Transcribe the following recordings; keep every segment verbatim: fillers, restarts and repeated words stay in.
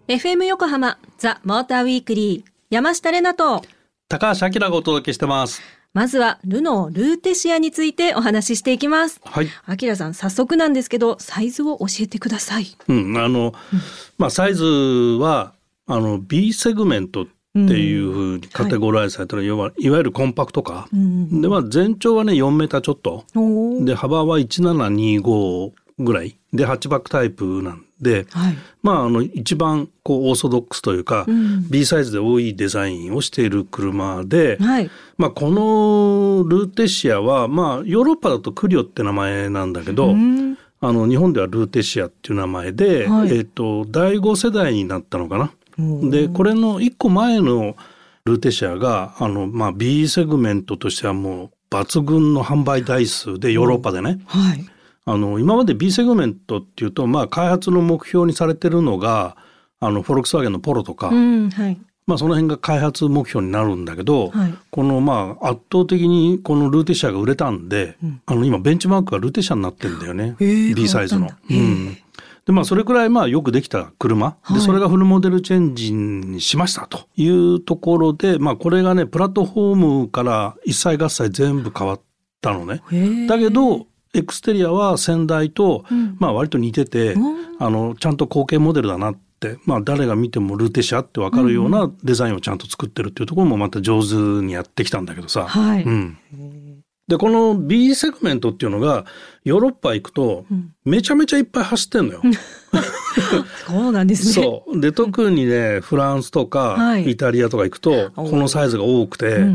エフエム 横浜ザ・モーターウィークリー、山下れなと高橋明がお届けしてます。 まずはルノールーテシアについてお話ししていきます。 はい。 明さん、早速なんですけどサイズを教えてください。 うん、あの、うん、まあサイズはあの B セグメントっていうふうにカテゴライズされたら、うん、はい、いわゆるコンパクトカー、うん、で、まあ、全長はねよんメーターちょっとで、幅はせんななひゃくにじゅうごぐらいでハッチバックタイプなんで、はい、まああの一番こうオーソドックスというか、うん、B サイズで多いデザインをしている車で、はい、まあ、このルーテシアは、まあ、ヨーロッパだとクリオって名前なんだけど、うん、あの日本ではルーテシアっていう名前で、はい、えーと、だいご世代になったのかな。でこれのいっこまえのルーテシアがあの、まあ、B セグメントとしてはもう抜群の販売台数でヨーロッパでね、はい、あの今まで B セグメントっていうと、まあ、開発の目標にされてるのがあのフォルクスワーゲンのポロとか、うんはい、まあ、その辺が開発目標になるんだけど、はい、このまあ圧倒的にこのルーテシアが売れたんで、うん、あの今ベンチマークがルーテシアになってるんだよね、B サイズの。でまあ、それくらいまあよくできた車で、それがフルモデルチェンジにしましたというところで、まあ、これがねプラットフォームから一切合切全部変わったのね。だけどエクステリアは先代とまあ割と似てて、うん、あのちゃんと後継モデルだなって、まあ、誰が見てもルーテシアって分かるようなデザインをちゃんと作ってるっていうところもまた上手にやってきたんだけどさ、はいうん、でこの B セグメントっていうのがヨーロッパ行くとめちゃめちゃいっぱい走ってんのよ、うん、 そうなんですね。 そうで特にねフランスとかイタリアとか行くとこのサイズが多くて、うんうんうん、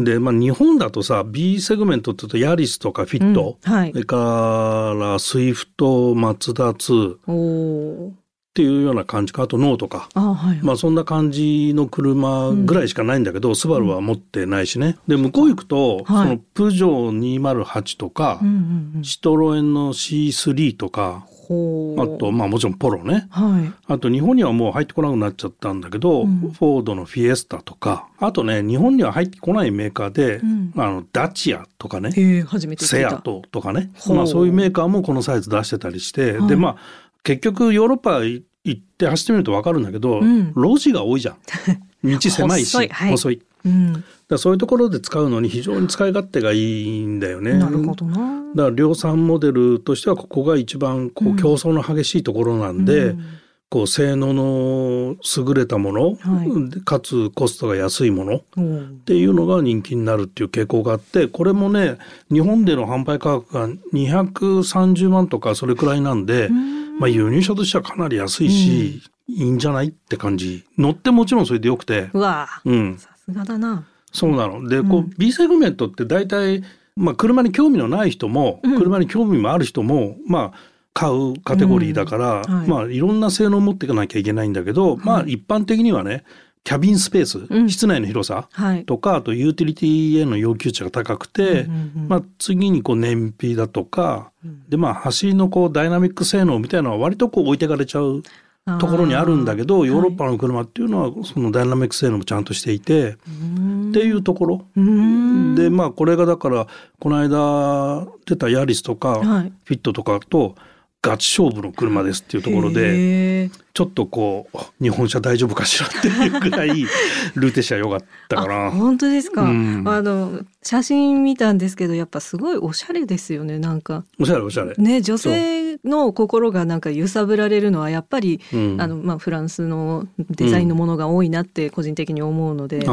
で、まあ、日本だとさ B セグメントって言うとヤリスとかフィット、うんはい、それからスイフトマツダツーおっていうような感じか、あとノーとか、あ、はいまあ、そんな感じの車ぐらいしかないんだけど、うん、スバルは持ってないしね。で向こう行くと、はい、そのプジョーにひゃくはちとか、うんうんうん、シトロエンの シースリー とか、あと、まあ、もちろんポロね、はい、あと日本にはもう入ってこなくなっちゃったんだけど、うん、フォードのフィエスタとか、あとね日本には入ってこないメーカーで、うん、あのダチアとかね、 初めて聞いたセアトとかね、まあ、そういうメーカーもこのサイズ出してたりして、はい、でまあ結局ヨーロッパ行って走ってみると分かるんだけど、うん、路地が多いじゃん。道狭いし細い、はい、細い、うん、だそういうところで使うのに非常に使い勝手がいいんだよね。 なるほどな。 だから量産モデルとしてはここが一番こう競争の激しいところなんで、うん、こう性能の優れたもの、はい、かつコストが安いものっていうのが人気になるっていう傾向があって、これもね日本での販売価格がにひゃくさんじゅうまんとかそれくらいなんで、うんまあ、輸入車としてはかなり安いし、うん、いいんじゃないって感じ。乗ってもちろんそれでよくて、 うわ、うん、さすがだな。 そうなので、こう B セグメントって大体、まあ、車に興味のない人も、うん、車に興味もある人もまあ買うカテゴリーだから、うんはいまあ、いろんな性能を持っていかなきゃいけないんだけど、はい、まあ一般的にはねキャビンスペース、うん、室内の広さとか、はい、あとユーティリティへの要求値が高くて、うんうんうんまあ、次にこう燃費だとか、うん、でまあ走りのこうダイナミック性能みたいなのは割とこう置いてかれちゃうところにあるんだけど、ヨーロッパの車っていうのはそのダイナミック性能もちゃんとしていて、はい、っていうところで、まあこれがだからこの間出たヤリスとか、はい、フィットとかとガチ勝負の車ですっていうところでちょっとこう日本車大丈夫かしらっていうくらいルーテシア良かったかな。 本当ですか、うん、あの写真見たんですけどやっぱすごいおしゃれですよね。なんかおしゃれおしゃれね、女性の心がなんか揺さぶられるのはやっぱり、うんあのまあ、フランスのデザインのものが多いなって個人的に思うので、うん、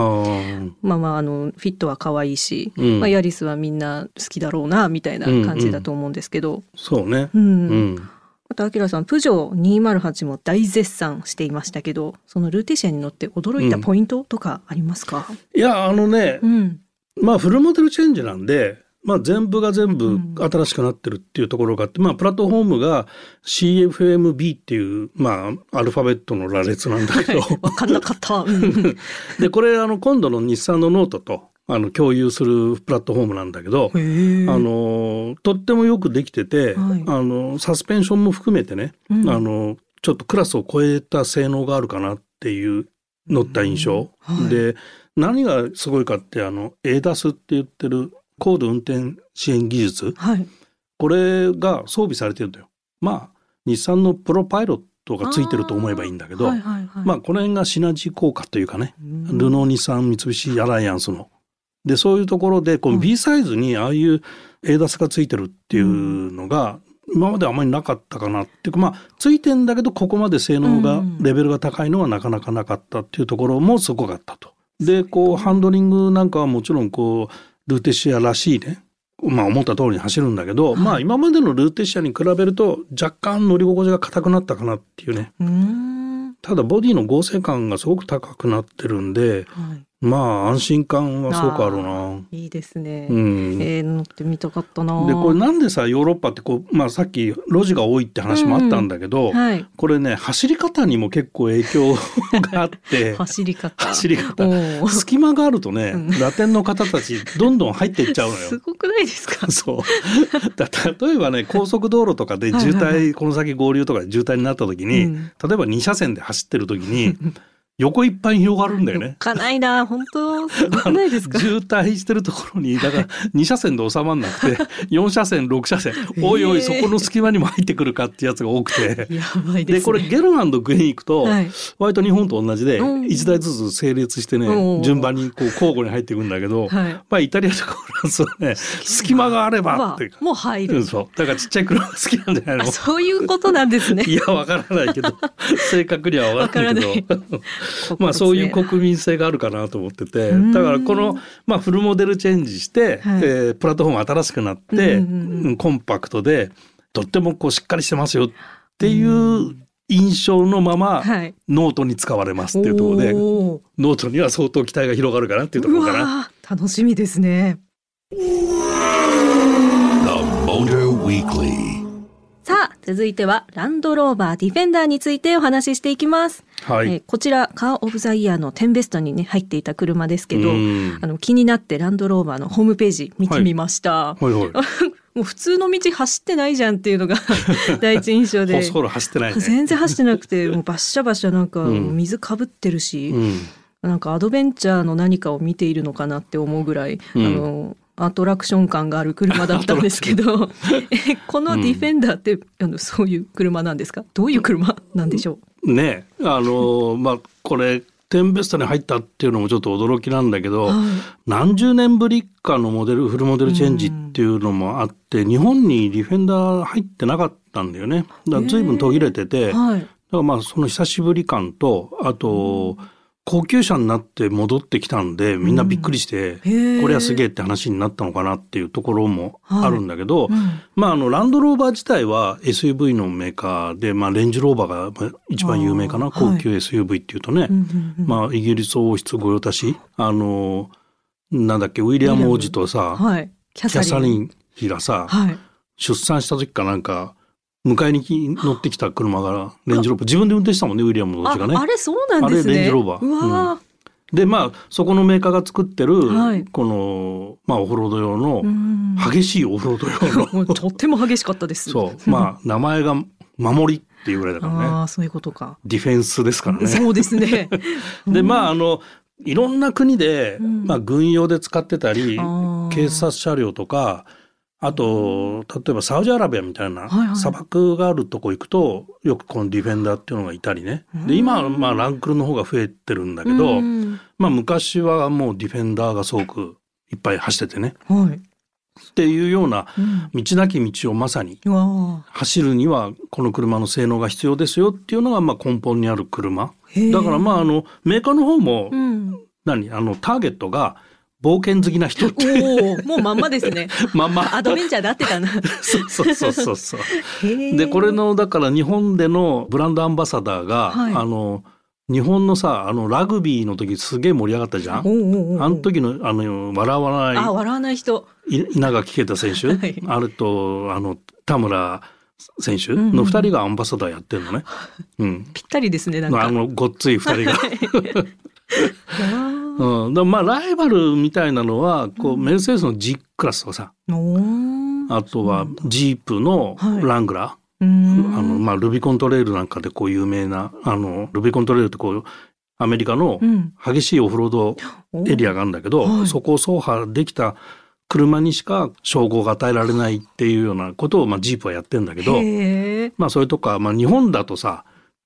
まあまああのフィットは可愛いし、うんまあ、ヤリスはみんな好きだろうなみたいな感じだと思うんですけど、うんうん、 そうね、うんうんあと明さんプジョーにひゃくはちも大絶賛していましたけど、そのルーテシアに乗って驚いたポイントとかありますか？ うん、いやあのね、うん、まあフルモデルチェンジなんで、まあ、全部が全部新しくなってるっていうところがあって、うんまあ、プラットフォームが シーエフエムビー っていう、まあ、アルファベットの羅列なんだけど、 はい、分かんなかった、 でこれあの今度の日産のノートとあの共有するプラットフォームなんだけど、あのとってもよくできてて、はい、あのサスペンションも含めてね、うん、あのちょっとクラスを超えた性能があるかなっていう乗った印象、うんはい、で何がすごいかってあの エーダス って言ってる高度運転支援技術、はい、これが装備されてるんだよ。まあ日産のプロパイロットがついてると思えばいいんだけど、はいはいはい、まあこの辺がシナジー効果というかね、ルノー、日産、三菱アライアンスのでそういうところでこの B サイズにああいう エーダス がついてるっていうのが今まであまりなかったかなっていうか、まあついてんだけどここまで性能がレベルが高いのはなかなかなかったっていうところもすごかったと。でこうハンドリングなんかはもちろんこうルーテシアらしいね、まあ思った通りに走るんだけど、はい、まあ今までのルーテシアに比べると若干乗り心地が硬くなったかなっていうね。うーん、ただボディの剛性感がすごく高くなってるんで、はい、まあ安心感はすごくあるな。 いいですね、うん、えー、乗ってみたかったな。 でこれなんでさヨーロッパってこう、まあ、さっき路地が多いって話もあったんだけど、うんはい、これね走り方にも結構影響があって走り方走り方隙間があるとね、うん、ラテンの方たちどんどん入っていっちゃうのよ。 すごくないですか。 そうだ例えばね高速道路とかで渋滞はいはいはい、この先合流とかで渋滞になった時に、うん、例えばに車線で走ってる時に横いっぱいに広がるんだよね。 かないな、本当すごくないですか。 渋滞してるところにだからに車線で収まんなくてよん車線ろく車線、えー、おいおいそこの隙間にも入ってくるかってやつが多くてやばいですね。 でこれゲルマンドグリーン行くと、はい、割と日本と同じでいちだいずつ整列してね、うん、順番にこう交互に入っていくんだけど、はい、まあイタリアとかフランスはね隙間があればっていうかもう入る、 うん、そうだからちっちゃい車が好きなんじゃないの。 そういうことなんですね。 いやわからないけど正確にはわからないけどまあそういう国民性があるかなと思ってて、だからこの、まあ、フルモデルチェンジして、はいえー、プラットフォーム新しくなって、うんうん、コンパクトでとってもこうしっかりしてますよっていう印象のまま、はい、ノートに使われますっていうところでノートには相当期待が広がるかなっていうところかな。 楽しみですね。さあ続いてはランドローバーディフェンダーについてお話ししていきます、はいえー、こちらカーオブザイヤーのテンベストに、ね、入っていた車ですけど、あの気になってランドローバーのホームページ見てみました、はいはいはい、もう普通の道走ってないじゃんっていうのが第一印象で走ってない、ね、 全然走ってなくてもうバッシャバシャなんか水かぶってるし、うん、なんかアドベンチャーの何かを見ているのかなって思うぐらい、うん、あのアトラクション感がある車だったんですけどえこのディフェンダーって、うん、あのそういう車なんですか。どういう車なんでしょうね。あのまあこれテンベストに入ったっていうのもちょっと驚きなんだけど、はい、何十年ぶりかのモデルフルモデルチェンジっていうのもあって、うん、日本にディフェンダー入ってなかったんだよね。だから随分途切れてて、はい、だからまあその久しぶり感とあと、うん高級車になって戻ってきたんでみんなびっくりして、うん、これはすげえって話になったのかなっていうところもあるんだけど、はいうんまあ、あのランドローバー自体は エスユーブイ のメーカーで、まあ、レンジローバーが一番有名かな高級 エスユーブイ っていうとね、はいまあ、イギリス王室御用達あのなんだっけウィリアム王子とさ、はい、キャサリン妃がさ、はい、出産した時かなんか迎えに乗ってきた車がレンジローバー自分で運転したもんねウィリアムの王子がね。 あ, あれそうなんですね。 あれレンジローバー。うわ、うん、でまあそこのメーカーが作ってる、はい、この、まあ、オフロード用の激しいオフロード用のとっても激しかったです。 そうまあ名前が守りっていうぐらいだからね。 あそういうことか。 ディフェンスですからね。 そうですねでまああのいろんな国で、うんまあ、軍用で使ってたり警察車両とかあと例えばサウジアラビアみたいな砂漠があるとこ行くとよくこのディフェンダーっていうのがいたりね。で今はまあランクルの方が増えてるんだけど、まあ、昔はもうディフェンダーがすごくいっぱい走っててね、はい、っていうような道なき道をまさに走るにはこの車の性能が必要ですよっていうのがまあ根本にある車だからまああのメーカーの方も何あのターゲットが冒険好きな人っておもうまんまですねまんまアドベンチャーで合ってたなそうそうそうそうでこれのだから日本でのブランドアンバサダーが、はい、あの日本のさあのラグビーの時すげえ盛り上がったじゃん。おうおうおうあの時のあの笑わないあ笑わない人稲垣啓太選手、はい、あるとあの田村選手のふたりがアンバサダーやってるのね、 うんうん、ぴったりですねなんかあのごっついふたりがうん、だまあライバルみたいなのはこう、うん、メルセデスの G クラスとかさあとはジープのラングラー、はい、あのまあ、ルビコントレイルなんかでこう有名なあのルビコントレイルってこうアメリカの激しいオフロードエリアがあるんだけど、うん、そこを走破できた車にしか称号が与えられないっていうようなことを、まあ、ジープはやってんだけど、まあ、それとか、まあ、日本だとさ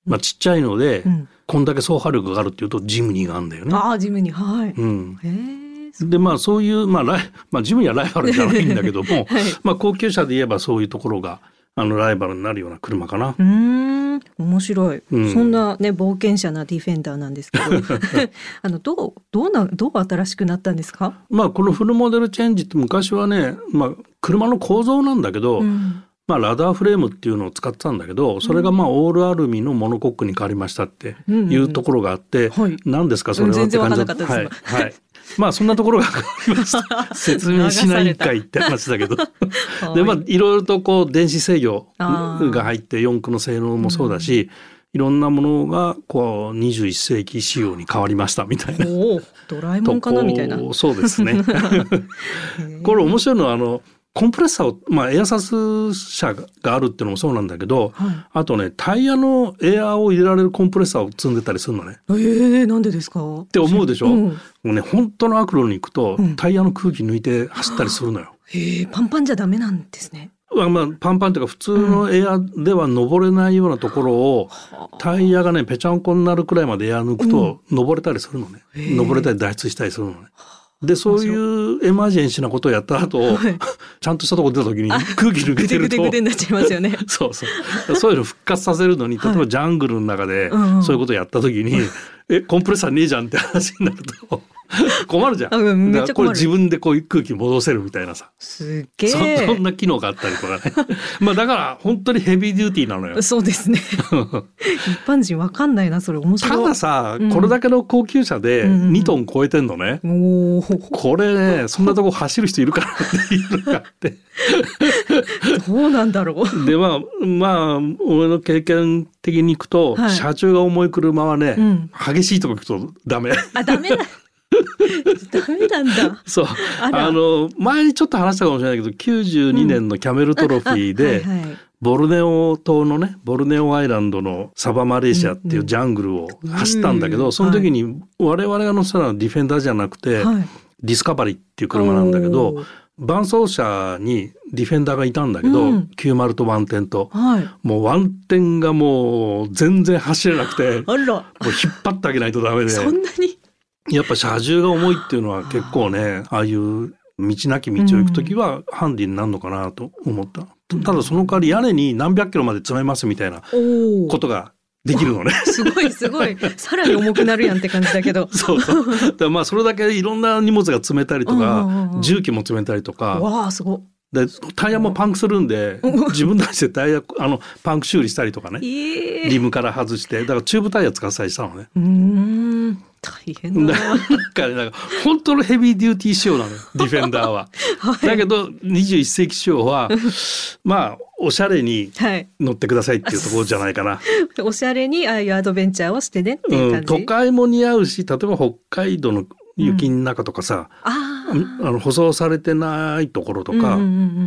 まあ、ちっちゃいので、うん、こんだけ走破力があるっていうとジムニーがあるんだよね。 ああジムニーはい、 うん、へでまあそういう、まあライまあ、ジムニーはライバルじゃないんだけども、はい、まあ、高級車で言えばそういうところがあのライバルになるような車かな。 うーん面白い、うん、そんなね冒険者なディフェンダーなんですけどあのどうどうなどう新しくなったんですか？ まあこのフルモデルチェンジって昔はね、まあ、車の構造なんだけど、うんまあ、ラダーフレームっていうのを使ってたんだけどそれがまあオールアルミのモノコックに変わりましたっていうところがあって、うんうんうん、何ですかそれはって感じだった。はいはい、まあそんなところが変わりました説明しないんかいって話だけどでまあいろいろとこう電子制御が入って四駆の性能もそうだし、うん、いろんなものがこうにじゅういっせいき仕様に変わりましたみたいな。 おドラえもんかなみたいな。 そうですねこれ面白いのはあのコンプレッサーを、まあ、エアサス車があるっていうのもそうなんだけど、はい、あとねタイヤのエアーを入れられるコンプレッサーを積んでたりするのね。 えー、なんでですかって思うでしょ、うん、もうね本当の悪路に行くと、うん、タイヤの空気抜いて走ったりするのよ。 へえパンパンじゃダメなんですね。 まあ、パンパンというか普通のエアでは登れないようなところを、うん、タイヤがねぺちゃんこになるくらいまでエア抜くと、うん、登れたりするのね。登れたり脱出したりするのね。でそういうエマージェンシーなことをやった後、はい、ちゃんとしたとこ出た時に空気抜けてるとグデグデグデになっちゃいますよねそうそうそういうの復活させるのに例えばジャングルの中でそういうことをやった時に、はい、えコンプレッサーねえじゃんって話になると困るじゃん。 うん、めっちゃ困る。 これ自分でこういう空気戻せるみたいなさすげえそ, そんな機能があったりとかねまあだから本当にヘビーデューティーなのよ。 そうですね一般人わかんないなそれ面白い。 たださ、うん、これだけの高級車でにトン超えてんのね、うんうん、これねそんなとこ走る人いるかなっていうのがあってどうなんだろうでまあまあ俺の経験的にいくと、はい、車重が重い車はね、うん、激しいとこ行くとダメ。 あダメだダメなんだ。 そうああの前にちょっと話したかもしれないけどきゅうじゅうにねんのキャメルトロフィーで、うんはいはい、ボルネオ島のねボルネオアイランドのサバマレーシアっていうジャングルを走ったんだけど、うんうん、その時に我々が乗せたのはディフェンダーじゃなくて、はい、ディスカバリーっていう車なんだけど伴走者にディフェンダーがいたんだけど、うん、きゅうじゅうとワンテンと、はい、もうワンテンがもう全然走れなくてあらもう引っ張ってあげないとダメでそんなにやっぱ車重が重いっていうのは結構ねああいう道なき道を行くときはハンディになるのかなと思った、うん、ただその代わり屋根に何百キロまで積めますみたいなことができるのね。 すごいすごいさらに重くなるやんって感じだけどそうそうだからまあそれだけいろんな荷物が積めたりとか、うんうんうん、重機も積めたりとかわあすごいでタイヤもパンクするんで自分たちでタイヤあのパンク修理したりとかね、えー、リムから外してだからチューブタイヤ使ったりしたのね。 うーん大変だな。なんかねなんか本当のヘビーデューティー仕様なのよディフェンダーは、はい、だけどにじゅういっせいき仕様はまあおしゃれに乗ってくださいっていうところじゃないかな、はい、おしゃれにああいうアドベンチャーをしてねっていう感じ、 うん、都会も似合うし例えば北海道の雪の中とかさ、うん、ああの舗装されてないところとか、うんうんうん、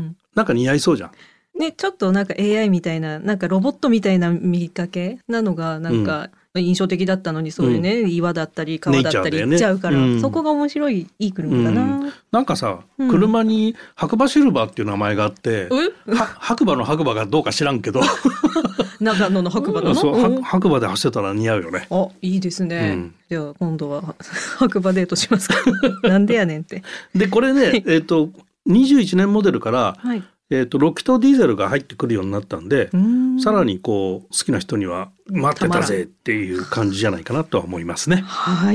なんか似合いそうじゃんね。ちょっとなんか エーアイ みたいななんかロボットみたいな見かけなのがなんか印象的だったのに、そういうね、うん、岩だったり川だったり行っちゃうから、ねうん、そこが面白いいい車だな、うん、 なんかさ、うん、車に白馬シルバーっていう名前があって、うん、白馬の白馬がどうか知らんけど長野の白馬だな、 そう、うん、白馬で走ってたら似合うよね。 あいいですね、うん、じゃあ今度は白馬デートしますかなんでやねんってでこれね、えーと、にじゅういちねんモデルから、はいえーと、ろく気筒ディーゼルが入ってくるようになったんでさらにこう好きな人には待ってたぜっていう感じじゃないかなとは思いますね。 はい。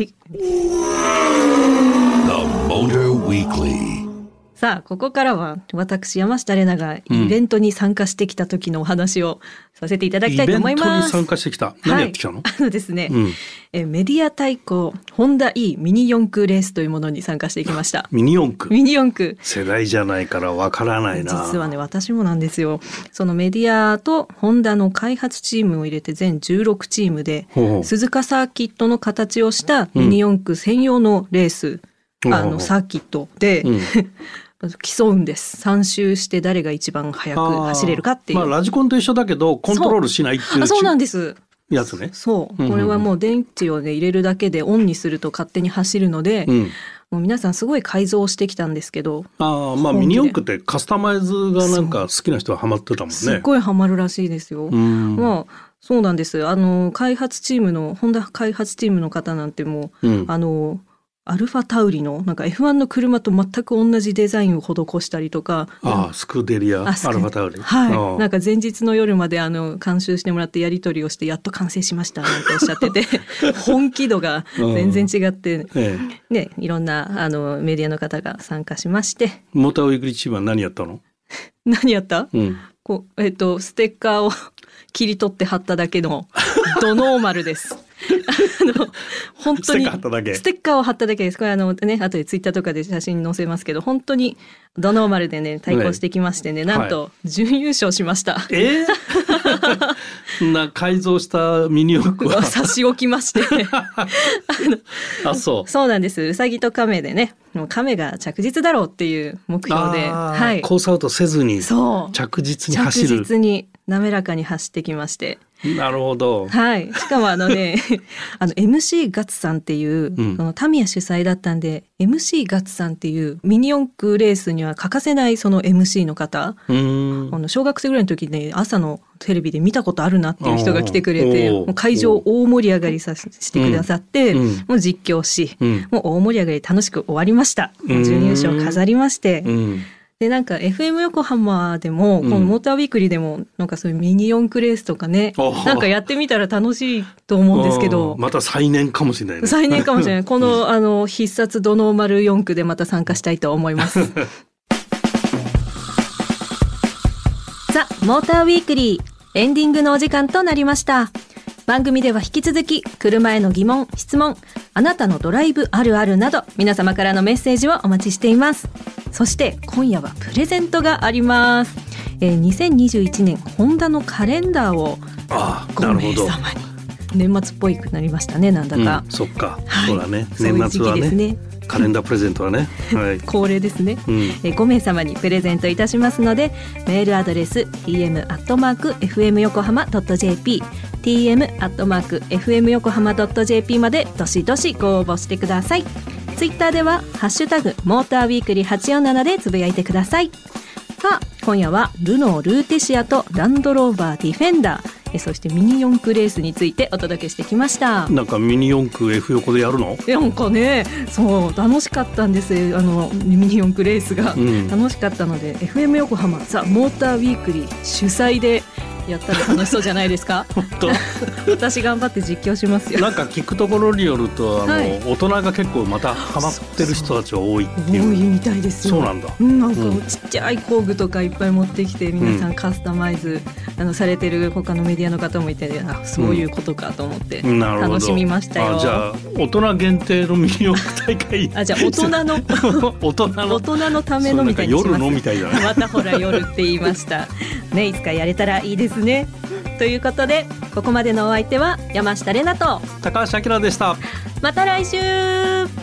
さあここからは私山下玲奈がイベントに参加してきた時のお話をさせていただきたいと思います。 イベントに参加してきた何やってきたの？ はい、あのですね、うん、えメディア対抗ホンダ E ミニ四駆レースというものに参加してきました。 ミニ四駆ミニ四駆世代じゃないからわからないな。 実はね私もなんですよ。そのメディアとホンダの開発チームを入れて全じゅうろくチームでほうほう鈴鹿サーキットの形をしたミニ四駆専用のレース、うん、あのサーキットで、うん競うんです。さん周して誰が一番速く走れるかっていう。 まあラジコンと一緒だけどコントロールしないっていう。 あ、そうなんです。 やつね。 そう。これはもう電池をね入れるだけでオンにすると勝手に走るので、うん、 もう皆さんすごい改造してきたんですけど、 あ、まあ、ミニ四駆ってカスタマイズがなんか好きな人はハマってたもんね。 すっごいハマるらしいですよ。まあそうなんです。あの開発チームのホンダ開発チームの方なんてもう、うん、あのアルファタウリのなんか エフワン の車と全く同じデザインを施したりとか、 ああスクデリアアルファタウリ、 はい、なんか前日の夜まであの監修してもらってやり取りをしてやっと完成しましたなんておっしゃってて本気度が全然違って、ええね、いろんなあのメディアの方が参加しまして。 モーターウィークリーチームは何やったの？ 何やった、うん、こうえっとステッカーを切り取って貼っただけのドノーマルですあの本当にステッカー貼っただけ。ステッカーを貼っただけです。これあのね後でツイッターとかで写真載せますけど、本当にドノーマルでね対抗してきましてね、ねなんと準優勝しました、はい、 えー、な改造したミニ四駆は差し置きましてあのあそうそうなんです。うさぎと亀でね、もう亀が着実だろうっていう目標で、はい、 コースアウトせずに着実に走る。 着実に滑らかに走ってきまして。 なるほど。 はい。しかもあのねあの エムシー ガッツさんっていう、うん、そのタミヤ主催だったんで エムシー ガッツさんっていうミニ四駆レースには欠かせないその エムシー の方、うーん、あの小学生ぐらいの時に、ね、朝のテレビで見たことあるなっていう人が来てくれて、もう会場を大盛り上がりさしてくださって、うん、もう実況し、うん、もう大盛り上がり楽しく終わりました。もう準優勝飾りまして、うん、でなんか エフエム 横浜でも、このモーターウィークリーでもなんかそういうミニ四駆レースとかね、うん、なんかやってみたら楽しいと思うんですけど、 また再燃かもしれないね。 再燃かもしれない。この、あの必殺ドノーマル四駆でまた参加したいと思いますザ・モーターウィークリーエンディングのお時間となりました。番組では引き続き車への疑問・質問、あなたのドライブあるあるなど皆様からのメッセージをお待ちしています。そして今夜はプレゼントがあります。えー、にせんにじゅういちねんホンダのカレンダーをご名様に。年末っぽいくなりましたね、なんだか、 うん、そっか、はい、そうだね、年末はねカレンダープレゼントはね、はい、 恒例ですね、うん、えご名様にプレゼントいたしますので、メールアドレス ティーエム アットマーク エフエム 横浜 ドット ジェーピー ティーエム アットマーク エフエム 横浜 ドット ジェーピー までどしどしご応募してください。ツイッターではハッシュタグモーターウィークリーはちよんななでつぶやいてください。さあ今夜はルノールーテシアとランドローバーディフェンダー、そしてミニ四駆レースについてお届けしてきました。 なんかミニ四駆 F 横でやるの？ なんかね、そう楽しかったんですよ。あのミニ四駆レースが、うん、楽しかったので エフエム 横浜ザ・モーターウィークリー主催でやったら楽しそうじゃないですか本当私頑張って実況しますよ。 なんか聞くところによるとあの、はい、大人が結構またハマってる人たちが多いっていう。 多いみたいですよ。 そうなんだ、 うん、なんかちっちゃい工具とかいっぱい持ってきて皆さんカスタマイズ、うん、あのされてる他のメディアの方もいて、あそういうことかと思って楽しみましたよ、 うん、あじゃあ大人限定のミニ四駆大会あじゃあ大人の大人の大人のためのみたいにします。 夜のみたいだねまたほら夜って言いましたね。いつかやれたらいいですね。ということでここまでのお相手は山下れなと高橋明でした。 また来週。